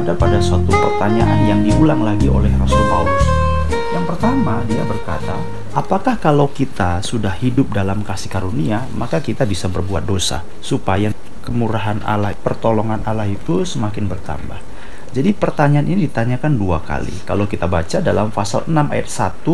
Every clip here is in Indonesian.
berada pada suatu pertanyaan yang diulang lagi oleh Rasul Paulus. Yang pertama, dia berkata, apakah kalau kita sudah hidup dalam kasih karunia, maka kita bisa berbuat dosa supaya kemurahan Allah, pertolongan Allah itu semakin bertambah? Jadi pertanyaan ini ditanyakan dua kali. Kalau kita baca dalam pasal 6 ayat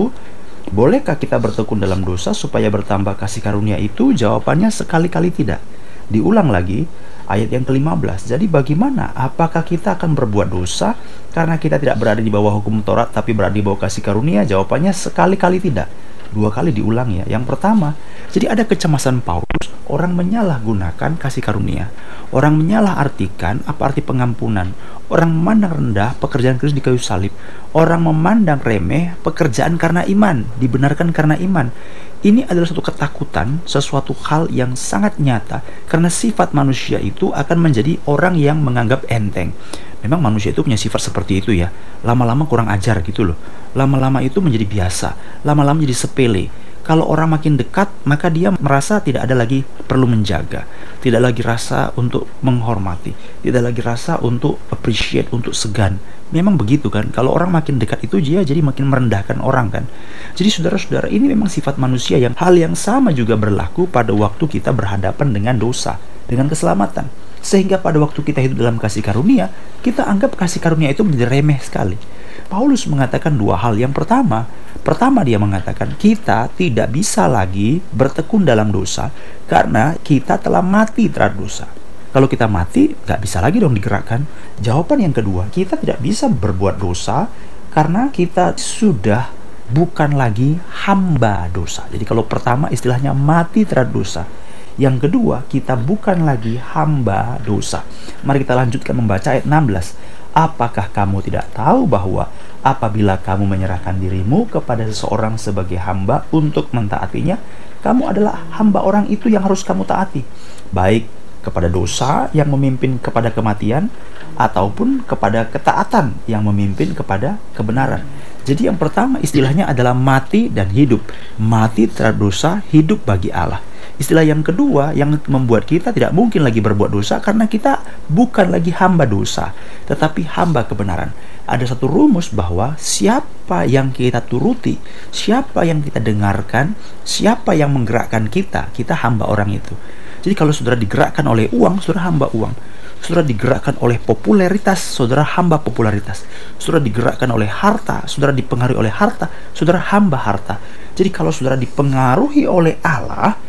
1, bolehkah kita bertekun dalam dosa supaya bertambah kasih karunia itu? Jawabannya sekali-kali tidak. Diulang lagi ayat yang ke-15. Jadi bagaimana? Apakah kita akan berbuat dosa karena kita tidak berada di bawah hukum Taurat tapi berada di bawah kasih karunia? Jawabannya sekali-kali tidak. Dua kali diulang ya. Yang pertama, jadi ada kecemasan Paulus, orang menyalahgunakan kasih karunia. Orang menyalahartikan apa arti pengampunan. Orang memandang rendah pekerjaan Kristus di kayu salib. Orang memandang remeh pekerjaan karena iman, dibenarkan karena iman. Ini adalah suatu ketakutan, sesuatu hal yang sangat nyata, karena sifat manusia itu akan menjadi orang yang menganggap enteng. Memang manusia itu punya sifat seperti itu ya. Lama-lama kurang ajar gitu loh. Lama-lama itu menjadi biasa, lama-lama jadi sepele. Kalau orang makin dekat, maka dia merasa tidak ada lagi perlu menjaga, tidak lagi rasa untuk menghormati, tidak lagi rasa untuk appreciate, untuk segan. Memang begitu kan, kalau orang makin dekat itu dia jadi makin merendahkan orang kan. Jadi saudara-saudara, ini memang sifat manusia. Yang hal yang sama juga berlaku pada waktu kita berhadapan dengan dosa, dengan keselamatan. Sehingga pada waktu kita hidup dalam kasih karunia, kita anggap kasih karunia itu menjadi remeh sekali. Paulus mengatakan dua hal. Yang pertama dia mengatakan kita tidak bisa lagi bertekun dalam dosa karena kita telah mati terhadap dosa. Kalau kita mati, nggak bisa lagi dong digerakkan. Jawaban yang kedua, kita tidak bisa berbuat dosa karena kita sudah bukan lagi hamba dosa. Jadi kalau pertama istilahnya mati terhadap dosa. Yang kedua, kita bukan lagi hamba dosa. Mari kita lanjutkan membaca ayat 16. Apakah kamu tidak tahu bahwa apabila kamu menyerahkan dirimu kepada seseorang sebagai hamba untuk mentaatinya, kamu adalah hamba orang itu yang harus kamu taati, baik kepada dosa yang memimpin kepada kematian ataupun kepada ketaatan yang memimpin kepada kebenaran. Jadi yang pertama istilahnya adalah mati dan hidup. Mati terhadap dosa, hidup bagi Allah. Istilah yang kedua yang membuat kita tidak mungkin lagi berbuat dosa karena kita bukan lagi hamba dosa, tetapi hamba kebenaran. Ada satu rumus bahwa siapa yang kita turuti, siapa yang kita dengarkan, siapa yang menggerakkan kita, kita hamba orang itu. Jadi kalau saudara digerakkan oleh uang, saudara hamba uang. Saudara digerakkan oleh popularitas, saudara hamba popularitas. Saudara digerakkan oleh harta, saudara dipengaruhi oleh harta, saudara hamba harta. Jadi kalau saudara dipengaruhi oleh Allah,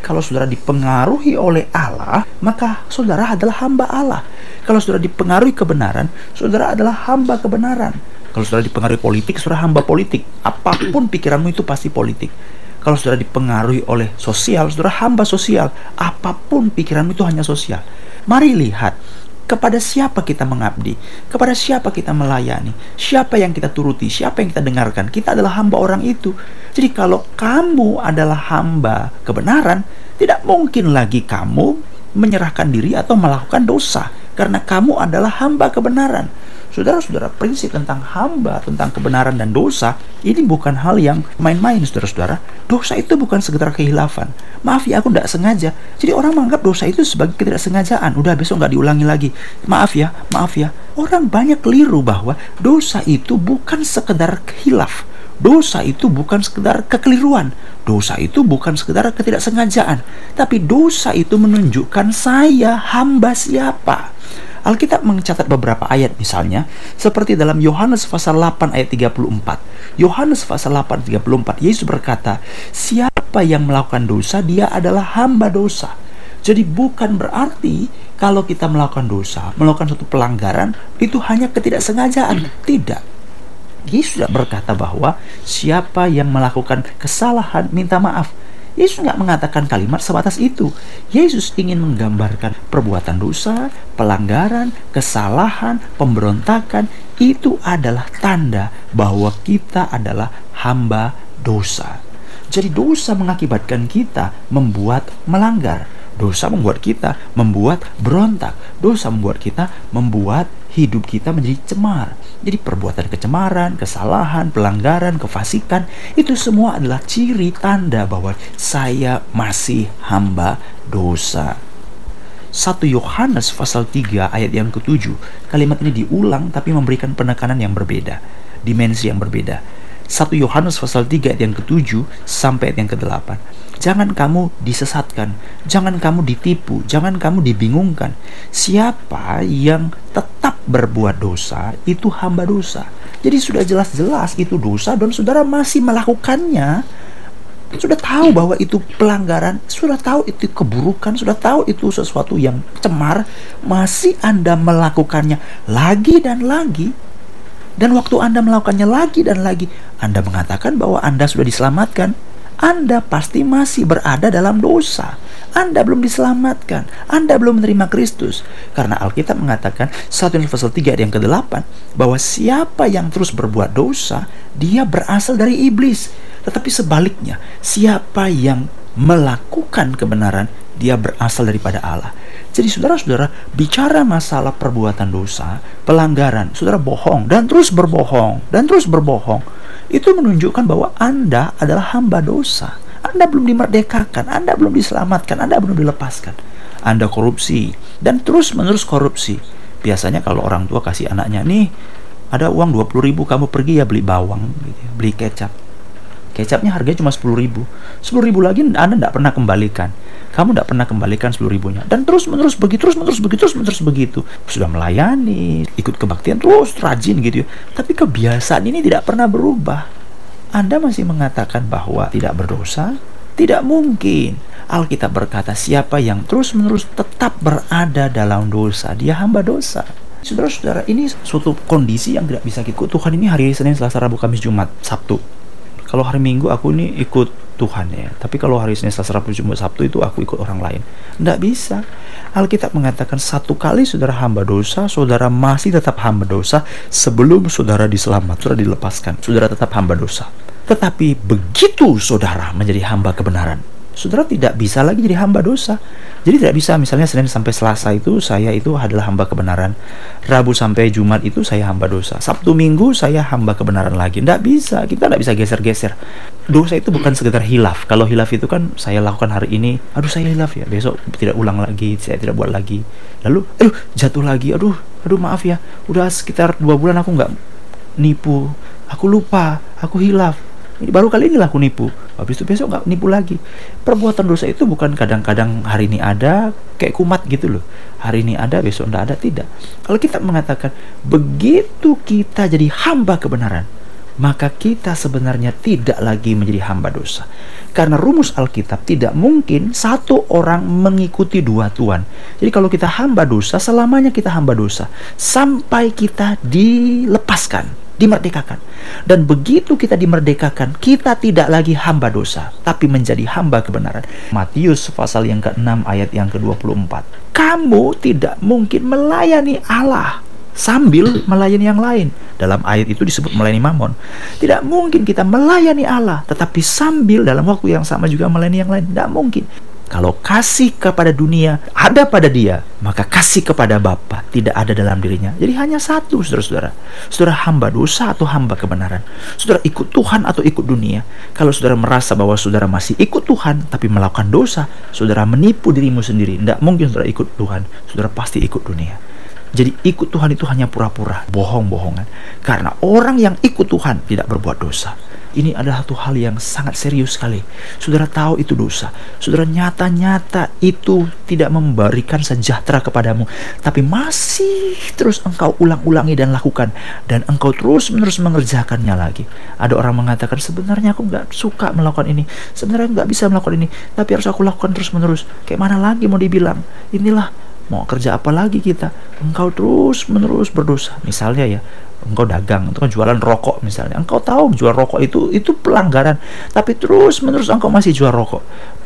maka saudara adalah hamba Allah. Kalau saudara dipengaruhi kebenaran, saudara adalah hamba kebenaran. Kalau saudara dipengaruhi politik, saudara hamba politik. Apapun pikiranmu itu pasti politik. Kalau saudara dipengaruhi oleh sosial, saudara hamba sosial. Apapun pikiranmu itu hanya sosial. Mari lihat, kepada siapa kita mengabdi, kepada siapa kita melayani, siapa yang kita turuti, siapa yang kita dengarkan. Kita adalah hamba orang itu. Jadi kalau kamu adalah hamba kebenaran, tidak mungkin lagi kamu menyerahkan diri atau melakukan dosa, karena kamu adalah hamba kebenaran. Saudara-saudara, prinsip tentang hamba, tentang kebenaran dan dosa, ini bukan hal yang main-main, saudara-saudara. Dosa itu bukan sekedar kehilafan. Maaf ya, aku tidak sengaja. Jadi orang menganggap dosa itu sebagai ketidaksengajaan. Udah, besok nggak diulangi lagi. Maaf ya. Orang banyak keliru bahwa dosa itu bukan sekedar khilaf. Dosa itu bukan sekedar kekeliruan. Dosa itu bukan sekedar ketidaksengajaan. Tapi dosa itu menunjukkan saya hamba siapa. Alkitab mencatat beberapa ayat misalnya, seperti dalam Yohanes pasal 8 ayat 34. Yohanes pasal 8 ayat 34, Yesus berkata, siapa yang melakukan dosa, dia adalah hamba dosa. Jadi bukan berarti kalau kita melakukan dosa, melakukan suatu pelanggaran, itu hanya ketidaksengajaan. Tidak. Yesus berkata bahwa siapa yang melakukan kesalahan, minta maaf. Yesus nggak mengatakan kalimat sebatas itu. Yesus ingin menggambarkan perbuatan dosa, pelanggaran, kesalahan, pemberontakan. Itu adalah tanda bahwa kita adalah hamba dosa. Jadi dosa mengakibatkan kita membuat melanggar. Dosa membuat kita membuat berontak. Dosa membuat kita membuat hidup kita menjadi cemar. Jadi perbuatan kecemaran, kesalahan, pelanggaran, kefasikan, itu semua adalah ciri tanda bahwa saya masih hamba dosa. 1 Yohanes pasal 3 ayat yang ke-7, kalimat ini diulang tapi memberikan penekanan yang berbeda, dimensi yang berbeda. 1 Yohanes pasal 3 ayat yang ke-7 sampai ayat yang ke-8. Jangan kamu disesatkan, jangan kamu ditipu, jangan kamu dibingungkan. Siapa yang tetap berbuat dosa, itu hamba dosa. Jadi sudah jelas-jelas itu dosa dan saudara masih melakukannya. Sudah tahu bahwa itu pelanggaran, sudah tahu itu keburukan, sudah tahu itu sesuatu yang cemar, masih Anda melakukannya lagi dan lagi. Dan waktu Anda melakukannya lagi dan lagi, Anda mengatakan bahwa Anda sudah diselamatkan. Anda pasti masih berada dalam dosa. Anda belum diselamatkan, Anda belum menerima Kristus. Karena Alkitab mengatakan 1 Yohanes pasal 3 ayat yang ke-8 bahwa siapa yang terus berbuat dosa, dia berasal dari iblis. Tetapi sebaliknya, siapa yang melakukan kebenaran, dia berasal daripada Allah. Jadi saudara-saudara, bicara masalah perbuatan dosa, pelanggaran, saudara bohong dan terus berbohong dan terus berbohong, itu menunjukkan bahwa Anda adalah hamba dosa. Anda belum dimerdekakan, Anda belum diselamatkan, Anda belum dilepaskan. Anda korupsi dan terus-menerus korupsi. Biasanya kalau orang tua kasih anaknya, nih ada uang 20.000, kamu pergi ya beli bawang gitu, beli kecap. Kecapnya harganya cuma 10.000. 10.000 lagi Anda tidak pernah kembalikan. Kamu tidak pernah kembalikan 10.000-nya. Dan terus-menerus begitu, terus-menerus begitu. Sudah melayani, ikut kebaktian, terus rajin gitu ya. Tapi kebiasaan ini tidak pernah berubah. Anda masih mengatakan bahwa tidak berdosa? Tidak mungkin. Alkitab berkata siapa yang terus-menerus tetap berada dalam dosa, dia hamba dosa. Saudara-saudara, ini suatu kondisi yang tidak bisa kita. Tuhan ini hari Senin, Selasa, Rabu, Kamis, Jumat, Sabtu. Kalau hari Minggu aku ini ikut Tuhan ya. Tapi kalau hari Senin, Selasa, Rabu, Jumat, Sabtu itu aku ikut orang lain. Tidak bisa. Alkitab mengatakan satu kali saudara hamba dosa, saudara masih tetap hamba dosa sebelum saudara diselamat, saudara dilepaskan. Saudara tetap hamba dosa. Tetapi begitu saudara menjadi hamba kebenaran, saudara tidak bisa lagi jadi hamba dosa. Jadi tidak bisa misalnya Senin sampai Selasa itu saya itu adalah hamba kebenaran, Rabu sampai Jumat itu saya hamba dosa, Sabtu Minggu saya hamba kebenaran lagi. Tidak bisa, kita tidak bisa geser-geser. Dosa itu bukan sekedar hilaf. Kalau hilaf itu kan saya lakukan hari ini, aduh saya hilaf ya, besok tidak ulang lagi, saya tidak buat lagi. Lalu jatuh lagi, aduh maaf ya, udah sekitar 2 bulan aku nggak nipu, aku lupa, aku hilaf. Ini baru kali inilah aku nipu, habis itu besok nggak nipu lagi. Perbuatan dosa itu bukan kadang-kadang hari ini ada, kayak kumat gitu loh. Hari ini ada, besok nggak ada, tidak. Kalau kita mengatakan begitu kita jadi hamba kebenaran, maka kita sebenarnya tidak lagi menjadi hamba dosa. Karena rumus Alkitab tidak mungkin satu orang mengikuti 2 tuan. Jadi kalau kita hamba dosa, selamanya kita hamba dosa sampai kita dilepaskan, dimerdekakan. Dan begitu kita dimerdekakan, kita tidak lagi hamba dosa, tapi menjadi hamba kebenaran. Matius pasal yang ke-6 ayat yang ke-24. Kamu tidak mungkin melayani Allah sambil melayani yang lain. Dalam ayat itu disebut melayani mamon. Tidak mungkin kita melayani Allah tetapi sambil dalam waktu yang sama juga melayani yang lain. Tidak mungkin. Kalau kasih kepada dunia ada pada dia, maka kasih kepada Bapa tidak ada dalam dirinya. Jadi hanya satu, saudara-saudara. Saudara hamba dosa atau hamba kebenaran. Saudara ikut Tuhan atau ikut dunia. Kalau saudara merasa bahwa saudara masih ikut Tuhan tapi melakukan dosa, saudara menipu dirimu sendiri. Tidak mungkin saudara ikut Tuhan. Saudara pasti ikut dunia. Jadi ikut Tuhan itu hanya pura-pura, bohong-bohongan. Karena orang yang ikut Tuhan tidak berbuat dosa. Ini adalah satu hal yang sangat serius sekali. Saudara tahu itu dosa. Saudara nyata-nyata itu tidak memberikan sejahtera kepadamu, tapi masih terus engkau ulang-ulangi dan lakukan. Dan engkau terus-menerus mengerjakannya lagi. Ada orang mengatakan, sebenarnya aku nggak suka melakukan ini, sebenarnya nggak bisa melakukan ini, tapi harus aku lakukan terus-menerus. Kayak mana lagi mau dibilang? Inilah, mau kerja apa lagi kita? Engkau terus-menerus berdosa. Misalnya ya, engkau dagang, itu kan jualan rokok misalnya. Engkau tahu jual rokok itu pelanggaran, tapi terus-menerus engkau masih jual rokok.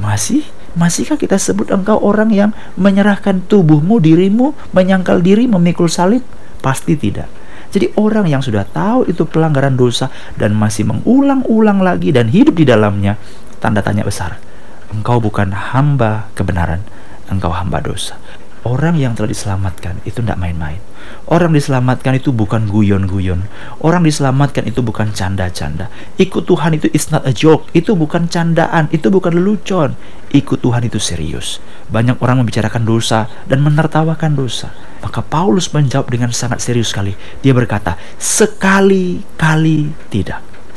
Masihkah kita sebut engkau orang yang menyerahkan tubuhmu, dirimu, menyangkal diri, memikul salib? Pasti tidak. Jadi orang yang sudah tahu itu pelanggaran dosa dan masih mengulang-ulang lagi dan hidup di dalamnya, tanda tanya besar. Engkau bukan hamba kebenaran, engkau hamba dosa. Orang yang telah diselamatkan itu tidak main-main. Orang diselamatkan itu bukan guyon-guyon. Orang diselamatkan itu bukan canda-canda. Ikut Tuhan itu is not a joke. Itu bukan candaan, itu bukan lelucon. Ikut Tuhan itu serius. Banyak orang membicarakan dosa dan menertawakan dosa. Maka Paulus menjawab dengan sangat serius sekali. Dia berkata, sekali-kali tidak.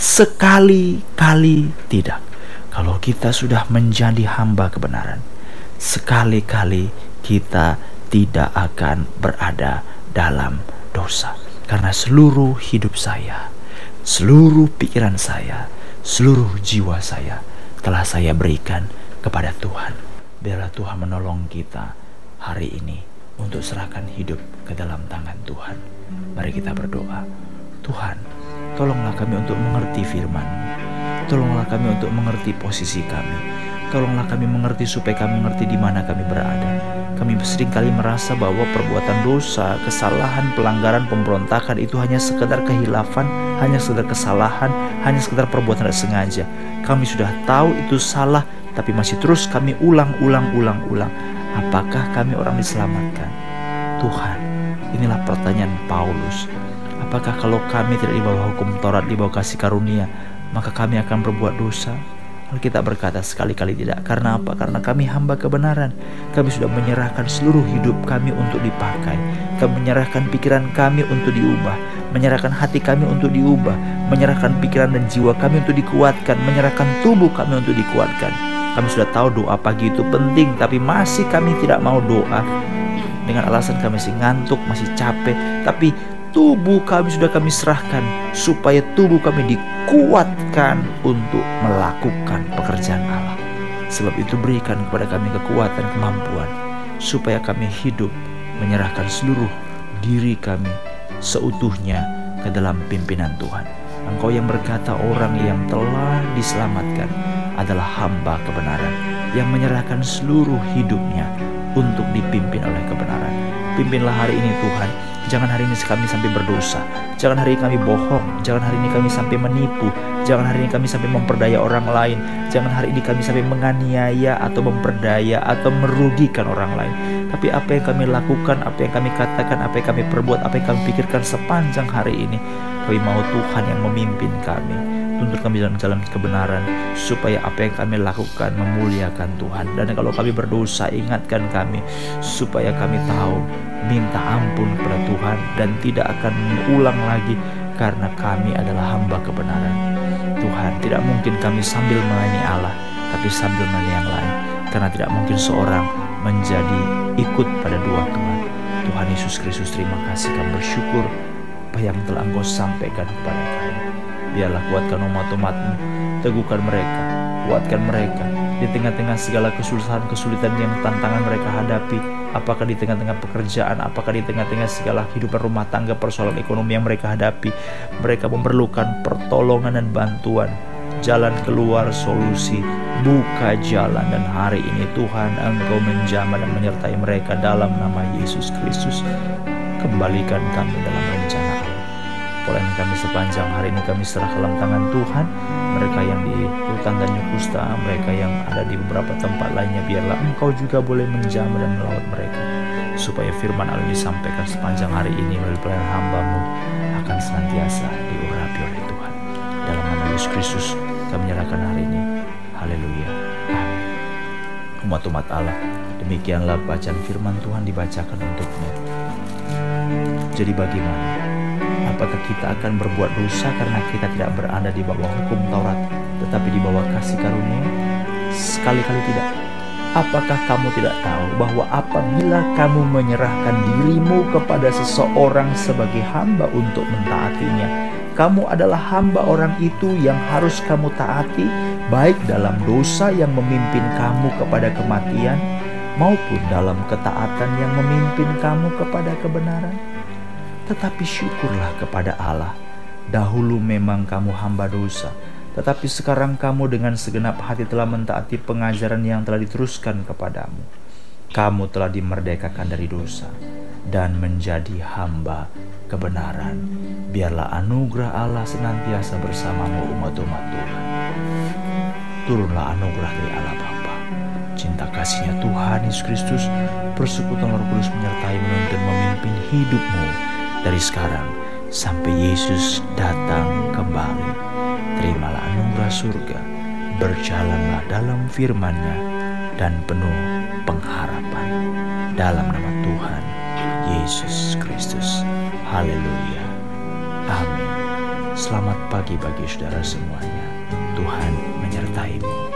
Sekali-kali tidak. Kalau kita sudah menjadi hamba kebenaran, sekali-kali kita tidak akan berada dalam dosa. Karena seluruh hidup saya, seluruh pikiran saya, seluruh jiwa saya telah saya berikan kepada Tuhan. Biarlah Tuhan menolong kita hari ini untuk serahkan hidup ke dalam tangan Tuhan. Mari kita berdoa. Tuhan, tolonglah kami untuk mengerti firman-Mu. Tolonglah kami untuk mengerti posisi kami. Tolonglah kami mengerti supaya kami mengerti di mana kami berada. Kami seringkali merasa bahwa perbuatan dosa, kesalahan, pelanggaran, pemberontakan itu hanya sekedar kehilafan, hanya sekedar kesalahan, hanya sekedar perbuatan tidak sengaja. Kami sudah tahu itu salah, tapi masih terus kami ulang. Apakah kami orang diselamatkan? Tuhan, inilah pertanyaan Paulus. Apakah kalau kami tidak di bawah hukum Taurat, di bawah kasih karunia, maka kami akan berbuat dosa? Alkitab berkata sekali-kali tidak. Karena apa? Karena kami hamba kebenaran. Kami sudah menyerahkan seluruh hidup kami untuk dipakai. Kami menyerahkan pikiran kami untuk diubah, menyerahkan hati kami untuk diubah, menyerahkan pikiran dan jiwa kami untuk dikuatkan, menyerahkan tubuh kami untuk dikuatkan. Kami sudah tahu doa pagi itu penting, tapi masih kami tidak mau doa dengan alasan kami masih ngantuk, masih capek. Tapi tubuh kami sudah kami serahkan supaya tubuh kami dikuatkan untuk melakukan pekerjaan Allah. Sebab itu berikan kepada kami kekuatan, kemampuan supaya kami hidup menyerahkan seluruh diri kami seutuhnya ke dalam pimpinan Tuhan. Engkau yang berkata orang yang telah diselamatkan adalah hamba kebenaran yang menyerahkan seluruh hidupnya untuk dipimpin oleh kebenaran. Pimpinlah hari ini Tuhan. Jangan hari ini kami sampai berdosa. Jangan hari ini kami bohong. Jangan hari ini kami sampai menipu. Jangan hari ini kami sampai memperdaya orang lain. Jangan hari ini kami sampai menganiaya atau memperdaya atau merugikan orang lain. Tapi apa yang kami lakukan, apa yang kami katakan, apa yang kami perbuat, apa yang kami pikirkan sepanjang hari ini, kami mau Tuhan yang memimpin kami. Tuntun kami dalam jalan kebenaran, supaya apa yang kami lakukan memuliakan Tuhan. Dan kalau kami berdosa, ingatkan kami, supaya kami tahu minta ampun kepada Tuhan dan tidak akan mengulang lagi, karena kami adalah hamba kebenaran. Tuhan, tidak mungkin kami sambil melayani Allah, tapi sambil melayani yang lain, karena tidak mungkin seorang menjadi ikut pada dua Tuhan. Tuhan Yesus Kristus, terima kasih, kami bersyukur apa yang telah Engkau sampaikan kepada kami. Biarlah kuatkan umat-umat-Mu, teguhkan mereka, kuatkan mereka di tengah-tengah segala kesulitan yang tantangan mereka hadapi. Apakah di tengah-tengah pekerjaan, apakah di tengah-tengah segala kehidupan rumah tangga, persoalan ekonomi yang mereka hadapi. Mereka memerlukan pertolongan dan bantuan, jalan keluar, solusi, buka jalan. Dan hari ini Tuhan, Engkau menjamah dan menyertai mereka dalam nama Yesus Kristus. Kembalikan kami dalam rencana Allah. Pelayanan kami sepanjang hari ini kami serah dalam tangan Tuhan. Mereka yang di Rutan Tanjung Kusta, mereka yang ada di beberapa tempat lainnya, biarlah Engkau juga boleh menjamah dan melawat mereka, supaya firman Allah disampaikan sepanjang hari ini melalui pelayanan hamba-Mu akan senantiasa diurapi oleh Tuhan. Dalam nama Yesus Kristus kami menyerahkan hari ini. Haleluya. Amin. Umat-umat Allah, demikianlah bacaan firman Tuhan dibacakan untukmu. Jadi bagaimana? Apakah kita akan berbuat dosa karena kita tidak berada di bawah hukum Taurat, tetapi di bawah kasih karunia? Sekali-kali tidak. Apakah kamu tidak tahu bahwa apabila kamu menyerahkan dirimu kepada seseorang sebagai hamba untuk mentaatinya, kamu adalah hamba orang itu yang harus kamu taati, baik dalam dosa yang memimpin kamu kepada kematian, maupun dalam ketaatan yang memimpin kamu kepada kebenaran? Tetapi syukurlah kepada Allah, dahulu memang kamu hamba dosa, tetapi sekarang kamu dengan segenap hati telah mentaati pengajaran yang telah diteruskan kepadamu. Kamu telah dimerdekakan dari dosa dan menjadi hamba kebenaran. Biarlah anugerah Allah senantiasa bersamamu, umat-umat Tuhan. Turunlah anugerah dari Allah Bapa, cinta kasihnya Tuhan Yesus Kristus, persekutuan Roh Kudus menyertai, menuntun dan memimpin hidupmu dari sekarang sampai Yesus datang kembali. Terimalah anugerah surga, berjalanlah dalam firman-Nya dan penuh pengharapan. Dalam nama Tuhan Yesus Kristus. Haleluya. Amin. Selamat pagi bagi saudara semuanya. Tuhan menyertai-mu.